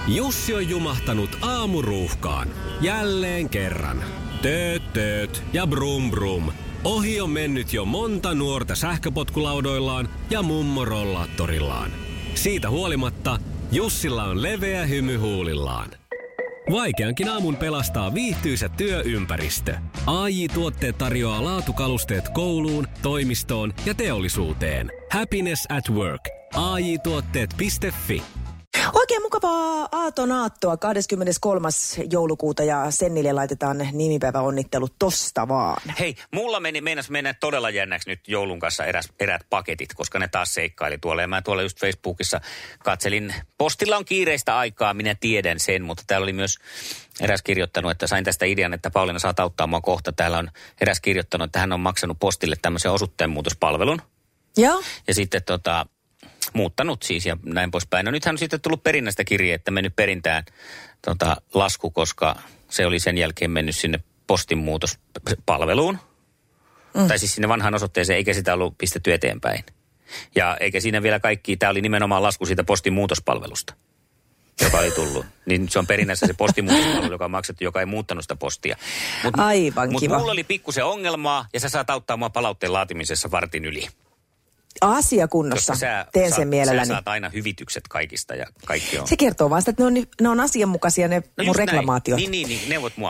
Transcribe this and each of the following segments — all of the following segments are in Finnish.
Jussi on jumahtanut aamuruuhkaan. Jälleen kerran. Tööt ja brum brum. Ohi on mennyt jo monta nuorta sähköpotkulaudoillaan ja mummorollaattorillaan. Siitä huolimatta Jussilla on leveä hymy huulillaan. Vaikeankin aamun pelastaa viihtyisä työympäristö. AJ-tuotteet tarjoaa laatukalusteet kouluun, toimistoon ja teollisuuteen. Happiness at work. AJ-tuotteet.fi. Oikein mukavaa aatonaattoa 23. joulukuuta ja Sennille laitetaan nimipäiväonnittelut tosta vaan. Hei, mulla meinas mennä todella jännäksi nyt joulun kanssa eräät paketit, koska ne taas seikkaili tuolla. Ja mä tuolla just Facebookissa katselin. Postilla on kiireistä aikaa, minä tiedän sen, mutta täällä oli myös eräs kirjoittanut, että sain tästä idean, että Pauliina saat auttaa mua kohta. Täällä on eräs kirjoittanut, että hän on maksanut postille tämmöisen osoitteenmuutospalvelun. Joo. Ja sitten muuttanut siis ja näin poispäin. No nythän on sitten tullut perinnästä kirje, että mennyt perintään lasku, koska se oli sen jälkeen mennyt sinne postin muutospalveluun. Tai siis sinne vanhaan osoitteeseen, eikä sitä ollut pistetty eteenpäin. Ja eikä siinä vielä kaikki, tämä oli nimenomaan lasku siitä postin muutospalvelusta, joka oli tullut. Niin se on perinnässä se postin muutospalvelu, joka on maksettu, joka ei muuttanut sitä postia. Aivan kiva. Mutta mulla oli pikkusen ongelmaa ja sä saat auttaa mua palautteen laatimisessa vartin yli. Asiakunnossa. Teen sen mielelläni. Sä saat aina hyvitykset kaikista ja kaikki on. Se kertoo vaan sitä, että ne on asianmukaisia ne mun reklamaatiot. Niin, neuvot mua.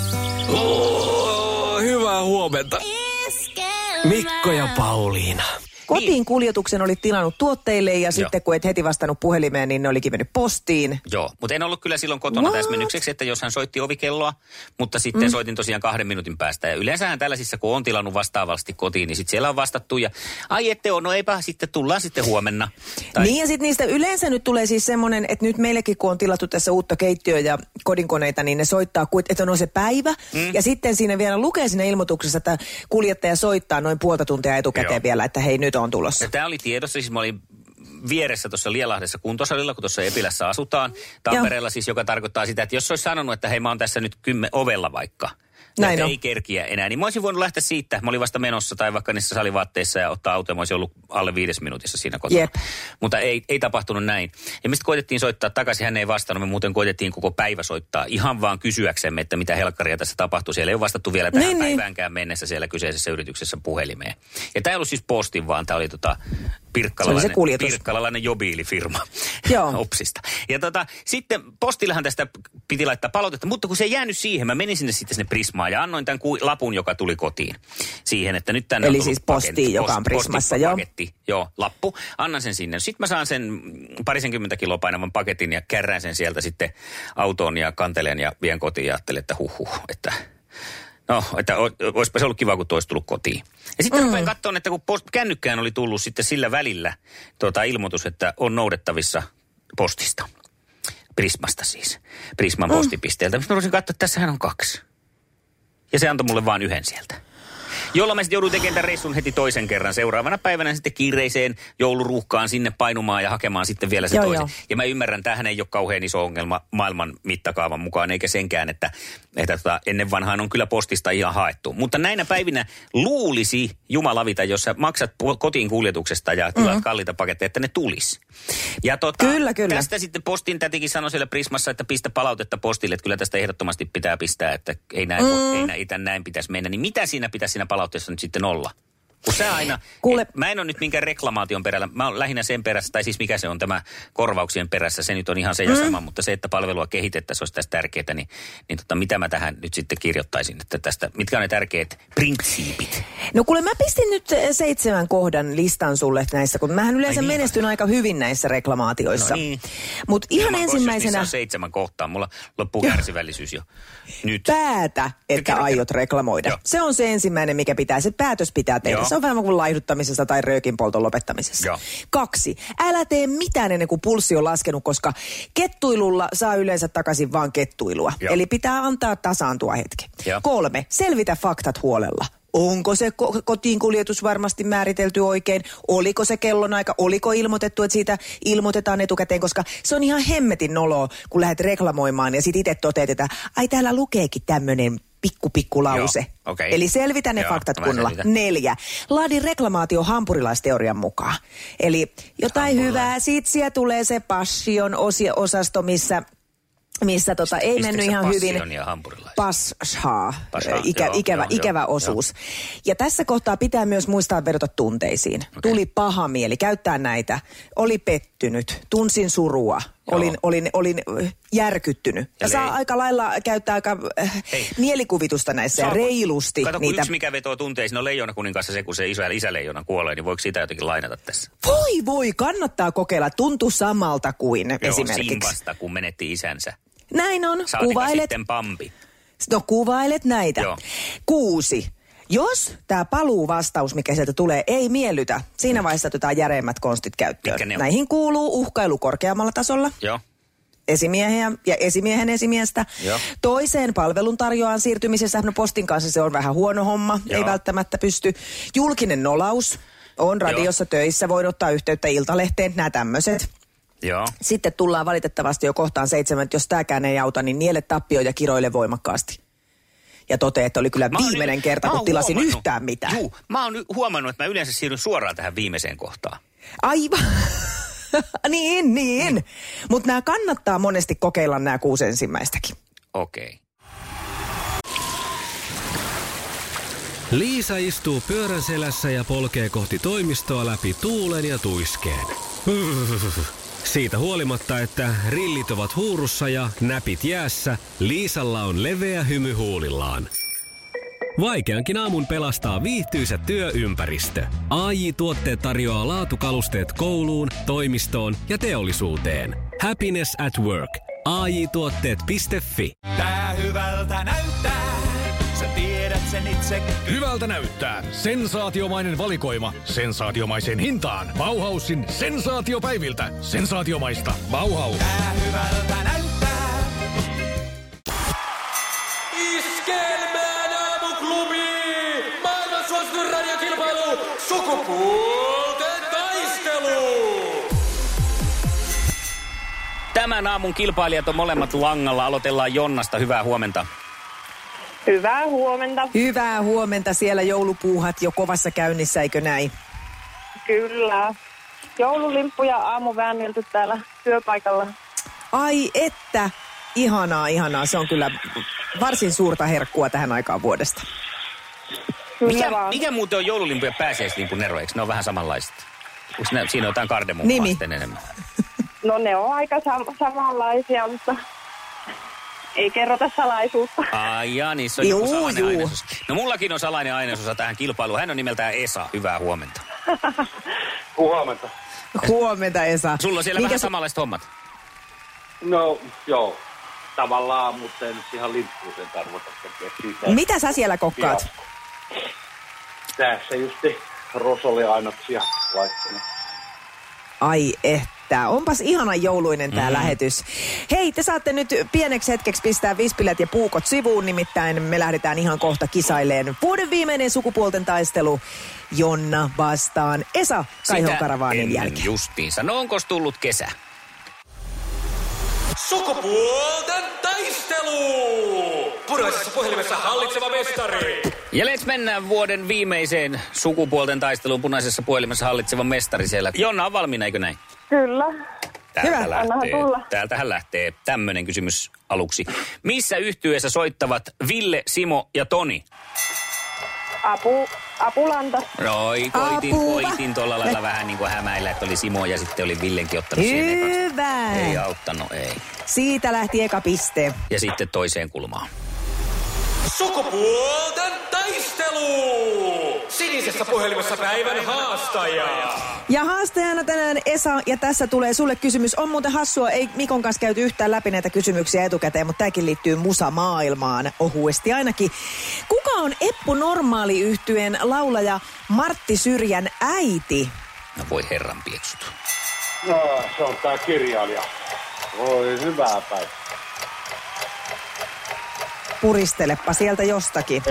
Hyvää huomenta. Mikko ja Pauliina. Kotiin kuljetuksen olit tilannut tuotteille ja sitten kun et heti vastannut puhelimeen, niin ne olikin mennyt postiin. Joo, mutta en ollut kyllä silloin kotona täsmennykseksi, että jos hän soitti ovikelloa, mutta sitten soitin tosiaan 2 minuutin päästä. Ja yleensähän tällaisissa, kun on tilannut vastaavasti kotiin, niin sitten siellä on vastattu ja ai ette on, no eipä sitten tullaan sitten huomenna. Niin ja sitten niistä yleensä nyt tulee siis semmoinen, että nyt meillekin kun on tilattu tässä uutta keittiöä ja kodinkoneita, niin ne soittaa, että on se päivä. Ja sitten siinä vielä lukee siinä ilmoituksessa, että kuljettaja soittaa noin puolta tuntia etukäteen vielä, että hei nyt on tulossa. Ja tämä oli tiedossa, siis mä olin vieressä tuossa Lielahdessa kuntosalilla, kun tuossa Epilässä asutaan. Tampereella siis, joka tarkoittaa sitä, että jos olisi sanonut, että hei mä oon tässä nyt 10 ovella vaikka. Näin ei kerkiä enää. Niin mä olisin voinut lähteä siitä. Mä olin vasta menossa tai vaikka niissä salivaatteissa ja ottaa auto. Mä olisin ollut alle 5 minuutissa siinä kotona. Jep. Mutta ei tapahtunut näin. Ja mistä koitettiin soittaa takaisin, hän ei vastannut. Me muuten koitettiin koko päivä soittaa ihan vaan kysyäksemme, että mitä helkkaria tässä tapahtui. Siellä ei ole vastattu vielä tähän päiväänkään mennessä siellä kyseisessä yrityksessä puhelimeen. Ja tämä ei ollut siis postin, vaan tämä oli pirkkalalainen jobiilifirma Opsista. Ja sitten postillehan tästä piti laittaa palautetta, mutta kun se ei jäänyt siihen, mä menin sinne Prismaan ja annoin tämän lapun, joka tuli kotiin siihen, että nyt tänne eli on siis postiin, joka on Prismassa, lappu. Annan sen sinne. Sitten mä saan sen 20 kiloa painavan paketin ja kärrään sen sieltä sitten autoon ja kantelen ja vien kotiin ja ajattelin, että että olisipa se ollut kiva, kun toi olisi tullut kotiin. Ja sitten rupean katsomaan, että kun kännykkään oli tullut sitten sillä välillä ilmoitus, että on noudettavissa postista. Prismasta siis. Prisman postipisteeltä. Mä rupesin katsoa, että tässähän on 2. Ja se antoi mulle vaan 1 sieltä. Jolloin mä sitten jouduin tekemään tämän reissun heti toisen kerran. Seuraavana päivänä sitten kiireiseen jouluruuhkaan sinne painumaan ja hakemaan sitten vielä se toisen. Ja mä ymmärrän, tämähän ei ole kauhean iso ongelma maailman mittakaavan mukaan, eikä senkään, että ennen vanhaan on kyllä postista ihan haettu. Mutta näinä päivinä luulisi jumalavita, jos sä maksat kotiin kuljetuksesta ja tilaat kalliita paketteja, että ne tulis. Ja kyllä. Tästä sitten postin tätikin sanoi siellä Prismassa, että pistä palautetta postille, että kyllä tästä ehdottomasti pitää pistää, että ei näin pitäisi mennä. Niin mitä siinä pitäisi siinä palautteessa nyt sitten olla? Kun sä aina, mä en ole nyt minkään reklamaation perällä, mä oon lähinnä sen perässä, tai siis mikä se on tämä korvauksien perässä, se nyt on ihan se ja sama, mutta se, että palvelua kehitettäisiin olisi tässä tärkeää, niin mitä mä tähän nyt sitten kirjoittaisin, että tästä, mitkä on ne tärkeät prinsiipit? No kuule, mä pistin nyt 7 kohdan listan sulle näissä, kun mähän yleensä menestyn aika hyvin näissä reklamaatioissa. No niin. Mutta ihan ensimmäisenä... Jos on 7 kohtaa, mulla loppuu kärsivällisyys jo nyt. Päätä, että aiot reklamoida. Se on se ensimmäinen, mikä pitää, se päätös pitää tehdä. Se on vähän kuin laihduttamisessa tai röökinpolton lopettamisessa. 2. Älä tee mitään ennen kuin pulssi on laskenut, koska kettuilulla saa yleensä takaisin vaan kettuilua. Eli pitää antaa tasaantua hetki. 3. Selvitä faktat huolella. Onko se kotiin kuljetus varmasti määritelty oikein? Oliko se kellonaika? Oliko ilmoitettu, että siitä ilmoitetaan etukäteen? Koska se on ihan hemmetin noloa, kun lähdet reklamoimaan ja sitten itse toteat, että ai täällä lukeekin tämmöinen pikku lause. Eli selvitä ne faktat kunnolla. 4. Laadi reklamaatio hampurilaisteorian mukaan. Eli jotain hyvää, siitä tulee se passion osasto, missä missä ei mennyt ihan hyvin. Pashaa. Ikävä osuus. Joo. Ja tässä kohtaa pitää myös muistaa vedota tunteisiin. Okay. Tuli paha mieli, käyttää näitä. Oli pettynyt, tunsin surua. Olin järkyttynyt. Ja saa aika lailla käyttää aika mielikuvitusta näissä ja reilusti. Kato, kun yksi mikä vetoo tunteisiin on Leijona kuninkaassa se, kun se isäleijona kuolee, niin voiko sitä jotenkin lainata tässä? Voi, kannattaa kokeilla. Tuntuu samalta kuin esimerkiksi. Simbasta, kun menetti isänsä. Näin on. Kuvailet. Sitten Pampi. No kuvailet näitä. Joo. 6. Jos tämä paluuvastaus, mikä sieltä tulee, ei miellytä, siinä vaiheessa otetaan järeimmät konstit käyttöön. Näihin kuuluu uhkailu korkeammalla tasolla. Joo. Esimiehiä ja esimiehen esimiestä. Joo. Toiseen palveluntarjoajan siirtymisessä, no postin kanssa se on vähän huono homma, ei välttämättä pysty. Julkinen nolaus on radiossa töissä, voin ottaa yhteyttä Iltalehteen, nämä tämmöiset. Joo. Sitten tullaan valitettavasti jo kohtaan 7, että jos tämäkään ei auta, niin niele tappio ja kiroile voimakkaasti. Ja toteaa, että oli kyllä viimeinen kerta, kun tilasin yhtään mitään. Juu, mä oon hyvhuomannut, että mä yleensä siirryn suoraan tähän viimeiseen kohtaan. Aivan. niin. Mutta nämä kannattaa monesti kokeilla nämä 6 ensimmäistäkin. Okei. Liisa istuu pyörän selässä ja polkee kohti toimistoa läpi tuulen ja tuiskeen. Siitä huolimatta, että rillit ovat huurussa ja näpit jäässä, Liisalla on leveä hymy huulillaan. Vaikeankin aamun pelastaa viihtyisä työympäristö. AJ-tuotteet tarjoaa laatukalusteet kouluun, toimistoon ja teollisuuteen. Happiness at work. AJ-tuotteet.fi. Tää hyvältä näyttää. Sä tiedät sen itse. Hyvältä näyttää. Sensaatiomainen valikoima. Sensaatiomaiseen hintaan. Bauhausin sensaatiopäiviltä. Sensaatiomaista. Bauhaus. Tää hyvältä näyttää. Iskelmään aamuklubi! Maailman suosituin radiokilpailu! Sukupuolten taistelu! Tämän aamun kilpailijat on molemmat langalla. Aloitellaan Jonnasta. Hyvää huomenta. Hyvää huomenta. Hyvää huomenta. Siellä joulupuuhat jo kovassa käynnissä, eikö näin? Kyllä. Joululimppuja aamuväännelty täällä työpaikalla. Ai että. Ihanaa. Se on kyllä varsin suurta herkkua tähän aikaan vuodesta. Mikä muuten on joululimpujen pääsiäislimpun ero? Eikö ne on vähän samanlaiset? Siinä on jotain kardemummaisten enemmän? No ne on aika samanlaisia, mutta ei kerrota salaisuutta. Ai jaa, niissä on joku salainen ainesosa. No mullakin on salainen ainesosa tähän kilpailuun. Hän on nimeltään Esa. Hyvää huomenta. Huomenta. Huomenta, Esa. Sulla on siellä vähän samanlaiset hommat. No joo, tavallaan, mutta en nyt ihan limppuuseen tarvota. Mitä sä siellä kokkaat? Tässä justi rosoliainoksia laittanut. Ai että, onpas ihana jouluinen tää lähetys. Hei, te saatte nyt pieneksi hetkeksi pistää vispilät ja puukot sivuun, nimittäin me lähdetään ihan kohta kisaileen. Vuoden viimeinen sukupuolten taistelu, Jonna vastaan Esa Kaiho-Karavaanin jälkeen. Justiinsa. No onko tullut kesä? Sukupuolten taistelu! Punaisessa puhelimessa hallitseva mestari. Ja let's mennään vuoden viimeiseen sukupuolten taisteluun. Punaisessa puhelimessa hallitseva mestari siellä. Jonna on valmiina, eikö näin? Kyllä. Täältähän lähtee tämmönen kysymys aluksi. Missä yhtyeessä soittavat Ville, Simo ja Toni? Apulanta. Noi, koitin tuolla lailla vähän niin kuin hämäillä, että oli Simo ja sitten oli Villenkin ottanut siihen ekaksi. Hyvä. Ei auttanut, ei. Siitä lähti eka piste. Ja sitten toiseen kulmaan. Sukupuolten taistelu! Sinisessä puhelimessa päivän haastaja. Ja haastajana tänään Esa, ja tässä tulee sulle kysymys. On muuten hassua, ei Mikon kanssa käyty yhtään läpi näitä kysymyksiä etukäteen, mutta tämäkin liittyy musamaailmaan ohuesti ainakin. Kuka on Eppu Normaali-yhtyeen laulaja Martti Syrjän äiti? No voi herran pieksut. No, se on tää kirjailija. Voi hyvää päivää. Puristelepa sieltä jostakin.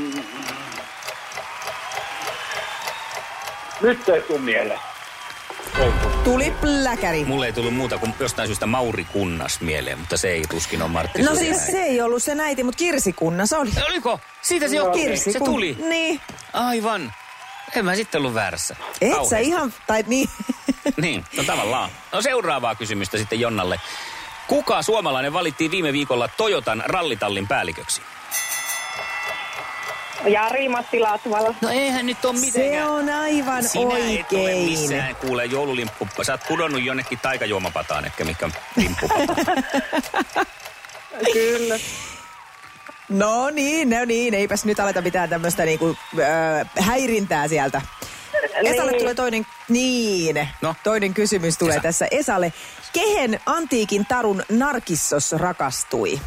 Nyt ei tule mieleen. Tuli pläkäri. Mulle ei tullut muuta kuin jostain syystä Mauri Kunnas mieleen, mutta se ei tuskin ole Martti No Syrjän siis se ei ollut se äiti, mutta Kirsi Kunnas oli. Oliko? Siitä se johtuu. Se tuli. Niin. Aivan. En mä sitten ollut väärässä. Et sä ihan, tai niin. Niin, no tavallaan. No seuraavaa kysymystä sitten Jonnalle. Kuka suomalainen valittiin viime viikolla Toyotan rallitallin päälliköksi? Jari-Matti Latvala. No eihän nyt ole mitenkään. Se on aivan Sinä oikein. et ole missään kuule joululimppu. Sä oot pudonnut jonnekin taikajuomapataan ehkä, mikä limppupataan. Kyllä. No niin, eipäs nyt aleta mitään tämmöistä niinku, häirintää sieltä. Esalle tulee toinen kysymys tulee tässä Esalle. Kehen antiikin tarun Narkissos rakastui?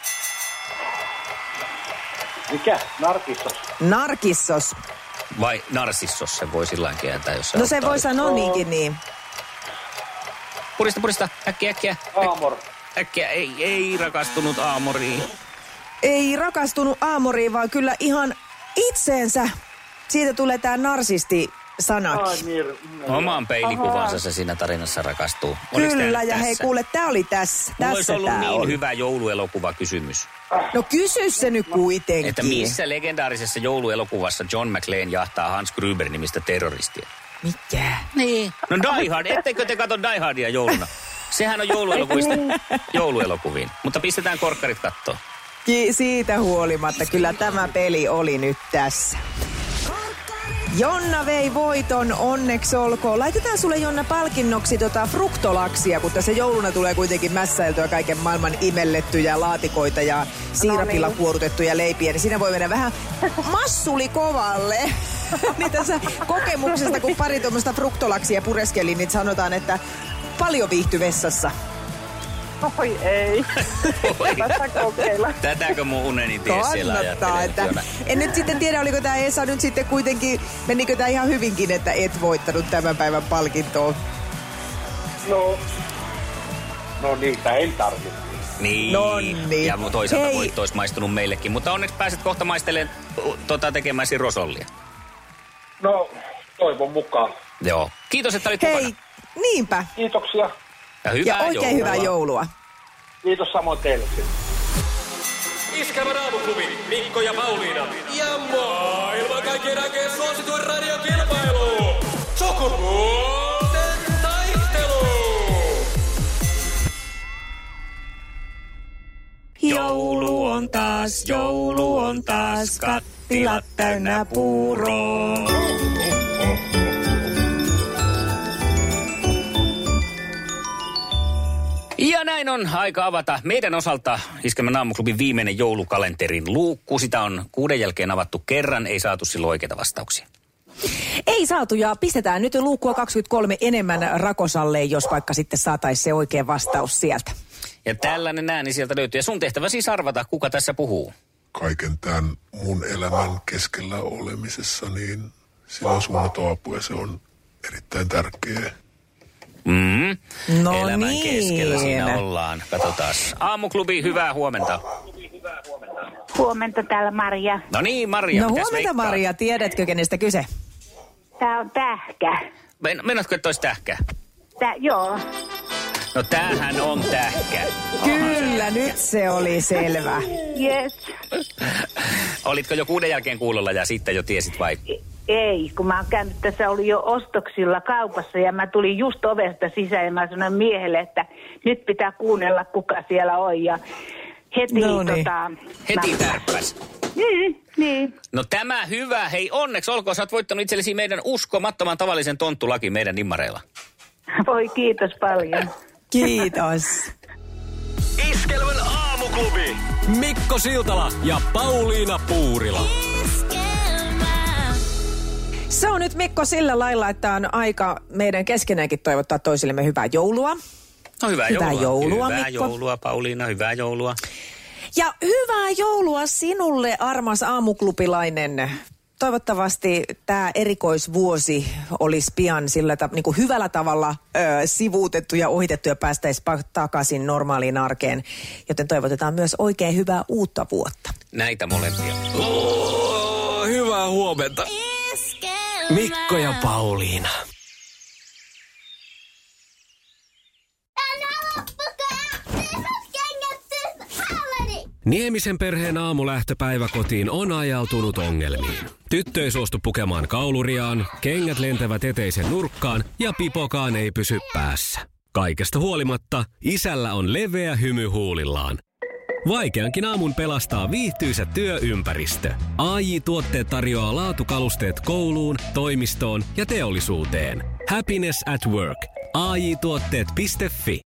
Mikä? Narkissos? Narkissos. Vai Narsissos se voi sillain kääntää, jos No se voi sanoa niinkin niin. Purista. Äkkiä. Aamor. Äkkiä, ei rakastunut Aamoriin. Ei rakastunut Aamoriin, vaan kyllä ihan itseensä. Siitä tulee tää narsisti-sanakin. Omaan peilikuvansa se siinä tarinassa rakastuu. Kyllä, ja hei kuule, tää oli tässä. Mulla olisi ollut niin oli hyvä jouluelokuva kysymys. No kysy se nyt kuitenkin. Että missä legendaarisessa jouluelokuvassa John McClane jahtaa Hans Gruber-nimistä terroristia? Mikä? Niin. No Die Hard, ettekö te katso Die Hardia jouluna? Sehän on jouluelokuviin. Mutta pistetään korkkarit kattoon. Siitä huolimatta, kyllä tämä peli oli nyt tässä. Jonna vei voiton, onneksi olkoon. Laitetaan sulle, Jonna, palkinnoksi fruktolaksia, kun tässä jouluna tulee kuitenkin mässäiltyä kaiken maailman imellettyjä laatikoita ja siirapilla kuorutettuja leipiä, niin siinä voi mennä vähän massuli kovalle. Niin tässä kokemuksesta, kun pari tuommoista fruktolaksia pureskeli, niin sanotaan, että paljon viihtyi vessassa. Oi ei. Tästä kokeilla. Tätäkö mun uneni ties siellä ajattelee? Että en nyt sitten tiedä, oliko tämä Esa nyt sitten kuitenkin, menikö tämä ihan hyvinkin, että et voittanut tämän päivän palkintoa? No niitä en tarvitse. Niin. Nonni. Ja toisaalta voitto olisi maistunut meillekin. Mutta onneksi pääset kohta maistelemaan tekemäsi rosollia. No, toivon mukaan. Joo. Kiitos, että olit Hei, mukana. niinpä. Kiitoksia. Ja oikein hyvää joulua. Kiitos samoin teille. Iskelmän aamuklubi, Mikko ja Pauliina. Ja maailman kaikkien aikeen suosituen radiokilpailu. Sukupuolten taistelu. Joulu on taas, kattilat täynnä puuroa. Ja näin on aika avata meidän osalta Iskelmän aamuklubin viimeinen joulukalenterin luukku. Sitä on 6 jälkeen avattu kerran, ei saatu silloin oikeita vastauksia. Ei saatu, ja pistetään nyt luukkua 23 enemmän Rakosalle, jos vaikka sitten saataisiin se oikea vastaus sieltä. Ja tällainen ääni sieltä löytyy. Ja sun tehtävä siis arvata, kuka tässä puhuu. Kaiken tämän mun elämän keskellä olemisessa, niin sillä on suunnaton apu ja se on erittäin tärkeä. No elämän niin. keskellä siinä ollaan. Katsotaan. Aamuklubi, hyvää huomenta. Huomenta, täällä Maria. No niin, Maria. No huomenta, Maria. Tiedätkö, kenestä kyse? Tää on tähkä. Mennätkö, että olisi tähkä? Joo. No tämähän on tähkä. Kyllä, nyt se oli selvä. Yes. Olitko jo 6 jälkeen kuulolla ja sitten jo tiesit vai? Ei, kun mä oon käynyt tässä, oli jo ostoksilla kaupassa ja mä tulin just ovesta sisään ja mä sanoin miehelle, että nyt pitää kuunnella, kuka siellä on ja heti Heti tärppäs. Niin. No tämä hyvä. Hei, onneksi olkoon. Sä oot voittanut itsellesi meidän uskomattoman tavallisen tonttulakin meidän nimmareilla. Voi kiitos paljon. Kiitos. Iskelmän aamuklubi. Mikko Siltala ja Pauliina Puurila. Se on nyt, Mikko, sillä lailla, että on aika meidän keskenäänkin toivottaa toisillemme hyvää joulua. No hyvää joulua, hyvää Mikko. joulua, Pauliina, hyvää joulua. Ja hyvää joulua sinulle, armas aamuklubilainen. Toivottavasti tämä erikoisvuosi olisi pian sillä niin kuin hyvällä tavalla sivuutettu ja ohitettu ja päästäisiin takaisin normaaliin arkeen. Joten toivotetaan myös oikein hyvää uutta vuotta. Näitä molempia. Hyvää huomenta. Mikko ja Pauliina. Niemisen perheen aamulähtöpäivä kotiin on ajautunut ongelmiin. Tyttö ei suostu pukemaan kauluriaan, kengät lentävät eteisen nurkkaan ja pipokaan ei pysy päässä. Kaikesta huolimatta, isällä on leveä hymy huulillaan. Vaikeankin aamun pelastaa viihtyisä työympäristö. AJ-tuotteet tarjoaa laatukalusteet kouluun, toimistoon ja teollisuuteen. Happiness at work. AJ-tuotteet.fi